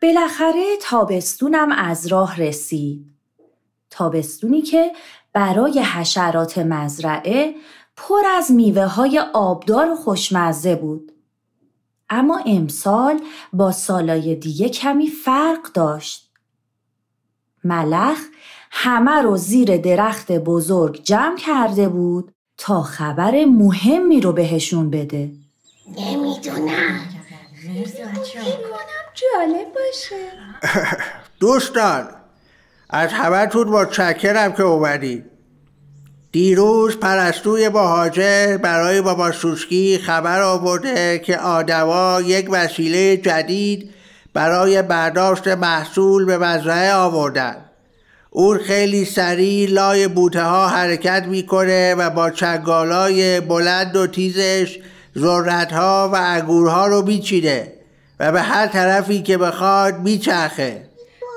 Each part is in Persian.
بالاخره تابستونم از راه رسید. تابستونی که برای حشرات مزرعه پر از میوه‌های آبدار و خوشمزه بود. اما امسال با سالای دیگه کمی فرق داشت. ملخ همه رو زیر درخت بزرگ جمع کرده بود تا خبر مهمی رو بهشون بده. نمیدونم، فکر کنم جالب باشه. دوستان، از همه‌تون متشکرم که اومدید. دیروز پرستوی مهاجر برای بابا سوسکی خبر آورده که آدما یک وسیله جدید برای برداشت محصول به مزرعه آوردن. اون خیلی سریع لای بوته ها حرکت میکنه و با چنگالای بلند و تیزش ذرت ها و انگورها رو میچینه و به هر طرفی که بخواد میچرخه.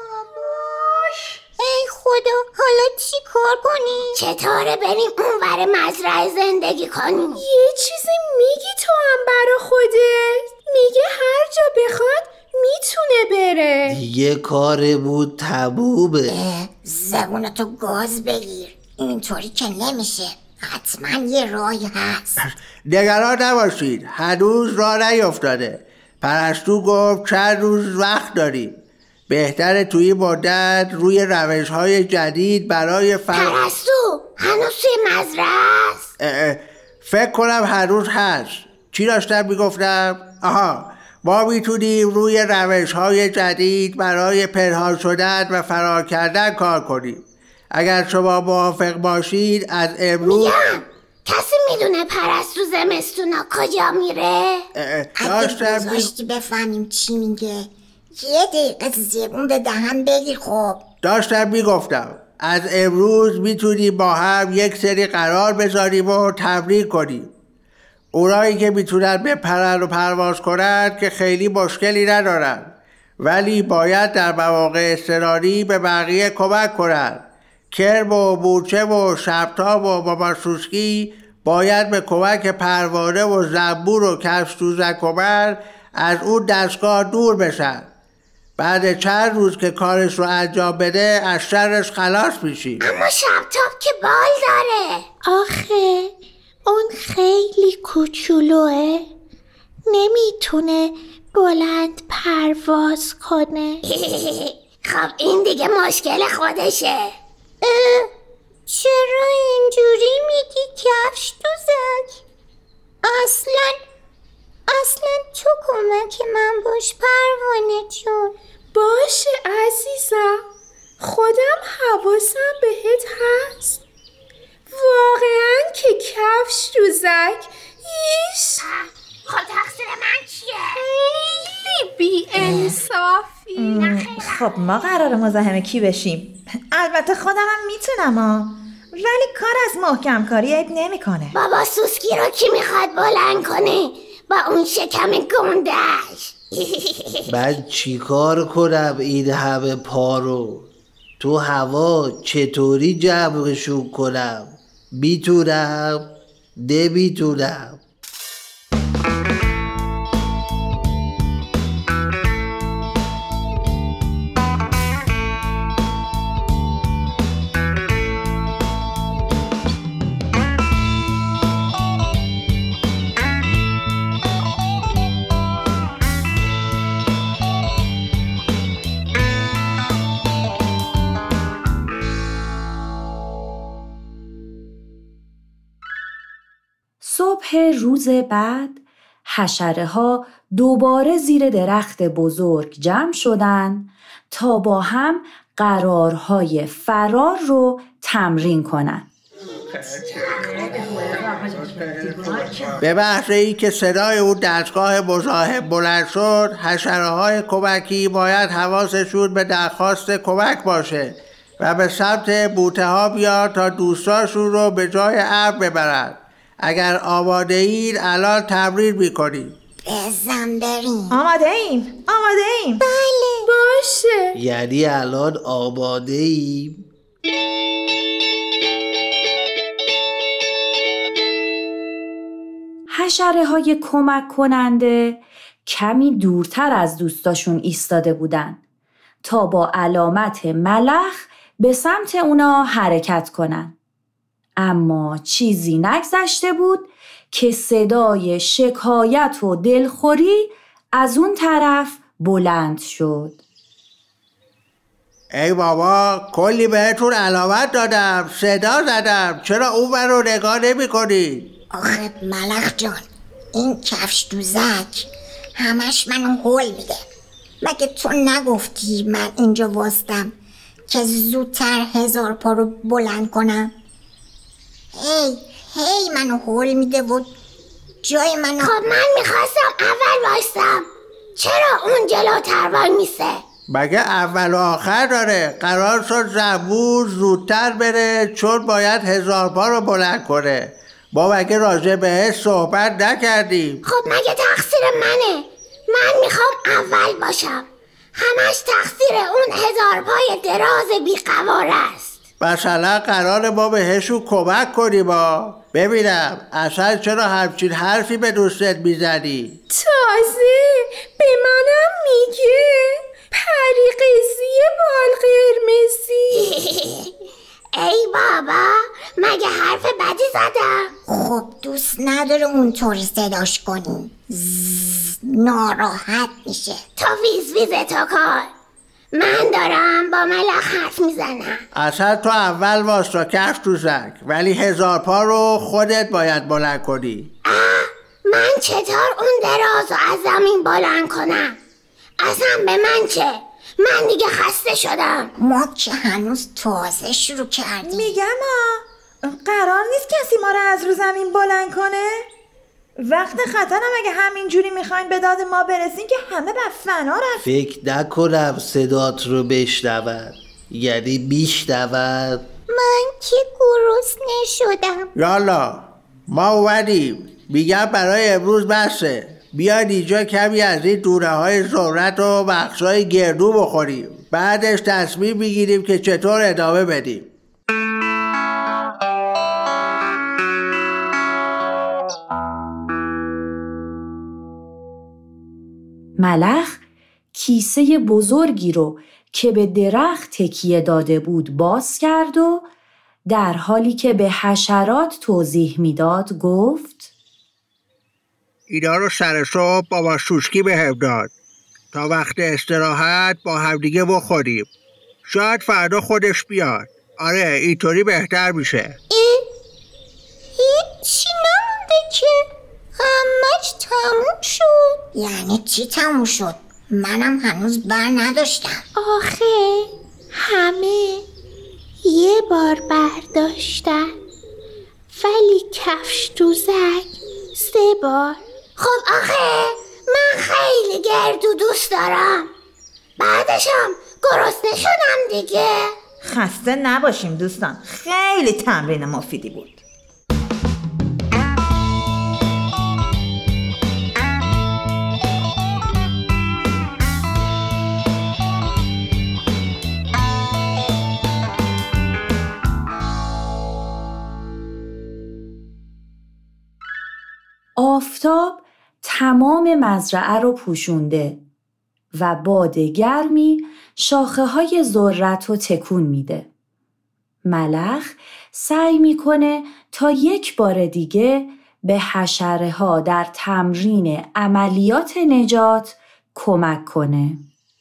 باباش، ای خدا، حالا چی کار کنیم؟ چطوره بریم اونور مزرعه زندگی کنیم؟ یه چیزی میگی تو هم برا خودت؟ میگه هر جا بخواد میتونه بره. دیگه کار بود تمومه. زبونتو گاز بگیر، اینطوری که نمیشه. حتما یه راهی هست. نگران نباشید، هنوز راه نیفتاده. پرستو گفت چند روز وقت داریم. بهتره توی مدت روی روش‌های جدید برای پرستو هنوز توی مزرعه است؟ فکر کنم هنوز هست. چی داشتم میگفتم؟ ما میتونیم روی روش‌های جدید برای پنهان شدن و فرار کردن کار کنیم. اگر شما موافق باشید از امروز میگم کسی میدونه پرستو زمستونا کجا میره؟ اگه گذاشتی بفهمیم چی میگه یه دقیقه زبون به دهن بگیر. خب داشتم میگفتم از امروز میتونیم با هم یک سری قرار بذاریم و تمرین کنیم. اونایی که میتونن بپرن و پرواز کنن که خیلی مشکلی ندارن، ولی باید در مواقع اضطراری به بقیه کمک کنن. کرم و مورچه و شبتاب و بابا سوسکی باید به کمک پروانه و زنبور و کفش دوزک و من از اون دستگاه دور بشن. بعد چند روز که کارش رو انجام بده از شرش خلاص میشی. اما شبتاب که بال داره. آخه اون خیلی کوچولوه، نمیتونه بلند پرواز کنه. خب این دیگه مشکل خودشه. چرا اینجوری میگی کفش دوزک؟ اصلا تو کمک من باش پروانه جون. باشه عزیزم، خودم حواسم بهت هست. واقعا که کفش دوزک خب تقصیر من چیه؟ خیلی بی انصافی. خب ما قراره مزاحم کی بشیم؟ البته خودم هم میتونم ولی کار از محکم کاری عیب نمیکنه. بابا سوسکی رو کی میخواد بلند کنه با اون شکم گندش؟ من چیکار کنم این همه پا رو تو هوا چطوری جمعشون کنم؟ میتونم؟ نمیتونم. صبح روز بعد حشره ها دوباره زیر درخت بزرگ جمع شدن تا با هم قرارهای فرار رو تمرین کنن. به محض این که صدای اون دستگاه مزاحم بلند شد، حشره‌های کمکی باید حواسشون به درخواست کمک باشه و به سمت بوته ها بیاد تا دوستاشون رو به جای امن ببرن. اگر آماده اید الان تمرین میکنیم. بزن بریم. آماده ایم. بله باشه. یعنی الان آماده ایم؟ حشره های کمک کننده کمی دورتر از دوستاشون ایستاده بودن تا با علامت ملخ به سمت اونا حرکت کنن. اما چیزی نگذشته بود که صدای شکایت و دلخوری از اون طرف بلند شد. ای بابا، کلی بهتون علامت دادم، صدا زدم، چرا اون رو نگاه نمی کنید؟ آخه ملخ جان، این کفش دوزک همش منو هول میده. مگه تو نگفتی من اینجا واسطم که زودتر 1000 پا رو بلند کنم؟ هی منو هول میده و جای منو. خب من میخواستم اول وایستم، چرا اون جلوتر وای میسه؟ مگه اول و آخر داره؟ قرار شد زبور زودتر بره چون باید 1000 پا رو بلند کنه. ما مگه راجع بهش صحبت نکردیم؟ خب مگه تقصیر منه؟ من میخوام اول باشم. همش تقصیر اون 1000 پای دراز بیقواره است. مثلا قرار ما بهشون کمک کنیم ببینم اصلا چرا همچین حرفی به دوستت میزنی؟ تازه به منم میگه پری قیزی بال قرمزی. ای بابا، مگه حرف بدی زدم؟ خب دوست نداره اونطوری صداش کنیم، ناراحت میشه. تو ویز تو کن، من دارم با ملخ حرف میزنم. اصلا تو اول واستا کفش دوزک، ولی 1000 پا رو خودت باید بلند کنی. من چطور اون درازو از زمین بلند کنم؟ اصلا به من چه؟ من دیگه خسته شدم. ما که هنوز تازه شروع کردیم. میگم قرار نیست کسی ما رو از رو زمین بلند کنه؟ وقت خطرم اگه همینجوری میخواین به داد ما برسیم که همه به فنا رفت. فکر نکنم صدات رو بشنود، یعنی میشنود. من که گرسنه شدم. یالا ما اومدیم. میگم برای امروز بسه. بیاید اینجا کمی از این دوره های ذرت و بخشای گردو بخوریم، بعدش تصمیم بگیریم که چطور ادامه بدیم. ملخ کیسه بزرگی رو که به درخت تکیه داده بود باز کرد و در حالی که به حشرات توضیح میداد گفت: اینا رو سر صبح بابا سوسکی بهم داد تا وقت استراحت با همدیگه بخوریم. شاید فردا خودش بیاد. آره اینطوری بهتر میشه. چی نمونده که همش تموم شد؟ یعنی چی تموم شد؟ منم هنوز بر نداشتم. آخه همه یه بار برداشتن، ولی کفش دوزک 3 بار. خب آخه من خیلی گردو دوست دارم، بعدشم گرسنه شدم دیگه. خسته نباشیم دوستان، خیلی تمرین مفیدی بود. آفتاب تمام مزرعه رو پوشونده و باد گرمی شاخه های ذرت رو تکون میده. ملخ سعی میکنه تا یک بار دیگه به حشره ها در تمرین عملیات نجات کمک کنه.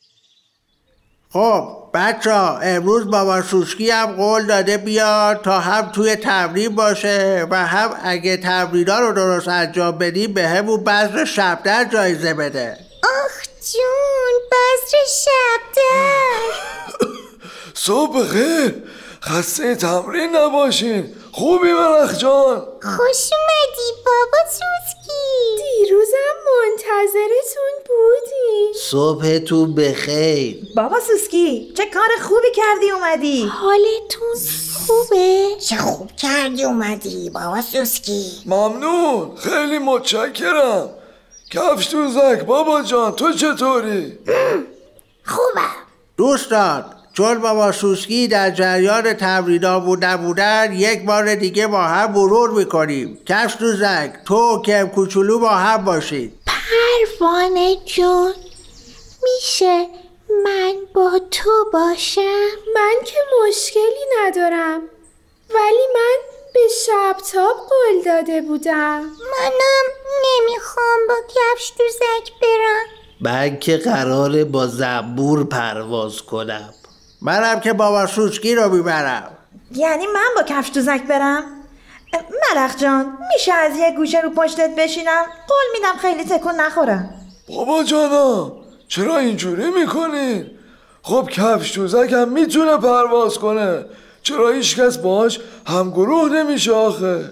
خب بچه‌ها، امروز بابا سوسکی هم قول داده بیاد تا هم توی تمرین باشه و هم اگه تمرینا رو درست انجام بدیم به همون بذر شبدر جایزه بده. آخ جون، بذر شبدر. صبح بخیر، خسته تمرین نباشین. خوبی ملخ جان؟ خوش اومدی بابا سوسکی. دیروزم منتظرتون بودیم. صبحتون بخیر. بابا سوسکی چه کار خوبی کردی اومدی. حالتون خوبه؟ چه خوب کردی اومدی بابا سوسکی. ممنون، خیلی متشکرم. کفش دوزک بابا جان، تو چطوری؟ خوبم. دوستان، چون بابا سوسکی در جریان تمرینا نبودن یک بار دیگه با هم مرور میکنیم. کفش دوزک، تو کم کوچولو با هم باشید. پرواز دیوانه جون، میشه من با تو باشم؟ من که مشکلی ندارم، ولی من به شبتاب قول داده بودم. منم نمیخوام با کفش دوزک برم. من که قراره با زنبور پرواز کنم. منم که بابا سوسکی رو میبرم. یعنی من با کفش دوزک برم؟ ملخ جان میشه از یه گوشه رو پشتت بشینم؟ قول میدم خیلی تکون نخورم. بابا جانا چرا اینجوری میکنین؟ خب کفش دوزک هم میتونه پرواز کنه، چرا هیچکس باهاش همگروه نمیشه آخه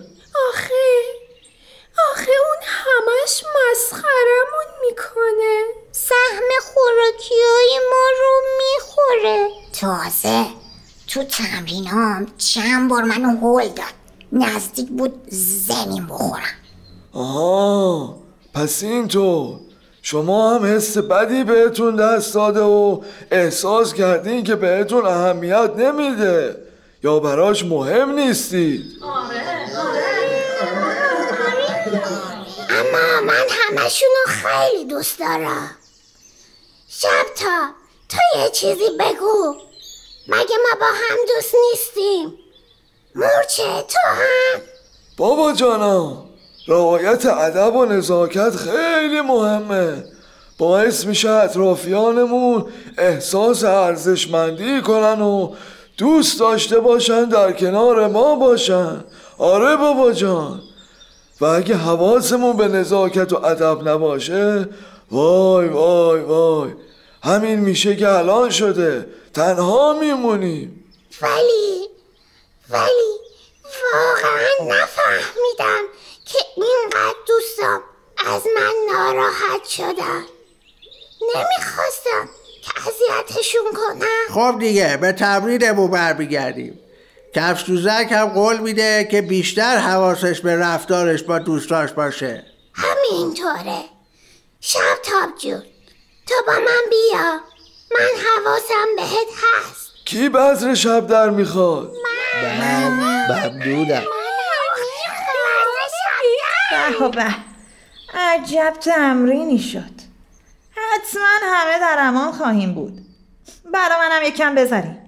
اون همش مسخرمون میکنه. سهم خوراکیای ما رو میخوره. تازه تو تمرینام چند بار منو هول داد، نزدیک بود زمین بخورم. آها پس اینطور شما هم حس بدی بهتون دست داده و احساس کردین که بهتون اهمیت نمیده یا براش مهم نیستید. اما من همشونو خیلی دوست دارم. شبتاب تو یه چیزی بگو، مگه ما با هم دوست نیستیم؟ مورچه تو هم؟ بابا جانا رعایت ادب و نزاکت خیلی مهمه، باعث میشه اطرافیانمون احساس ارزشمندی کنن و دوست داشته باشن در کنار ما باشن. آره بابا جان، و اگه حواسمون به نزاکت و ادب نباشه وای وای وای همین میشه که الان شده، تنها میمونیم. ولی واقعا نفهمیدم که اینقدر دوستم از من ناراحت شدن. نمیخواستم که اذیتشون کنم. خب دیگه به تمرینمون برمیگردیم. کفش دوزک هم قول میده که بیشتر حواسش به رفتارش با دوستاش باشه. همینطوره. شبتاب جون تو با من بیا، من حواسم بهت هست. کی بذر شب در میخواد؟ من ممنونم. به عجب تمرینی شد. حتما همه در امان خواهیم بود. برا منم یکم بذاریم.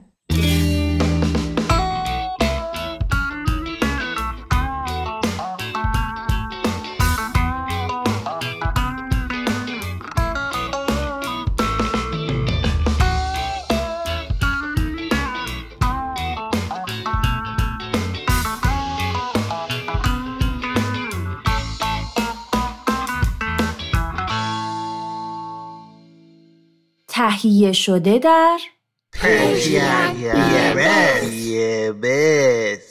تهیه شده در یه بس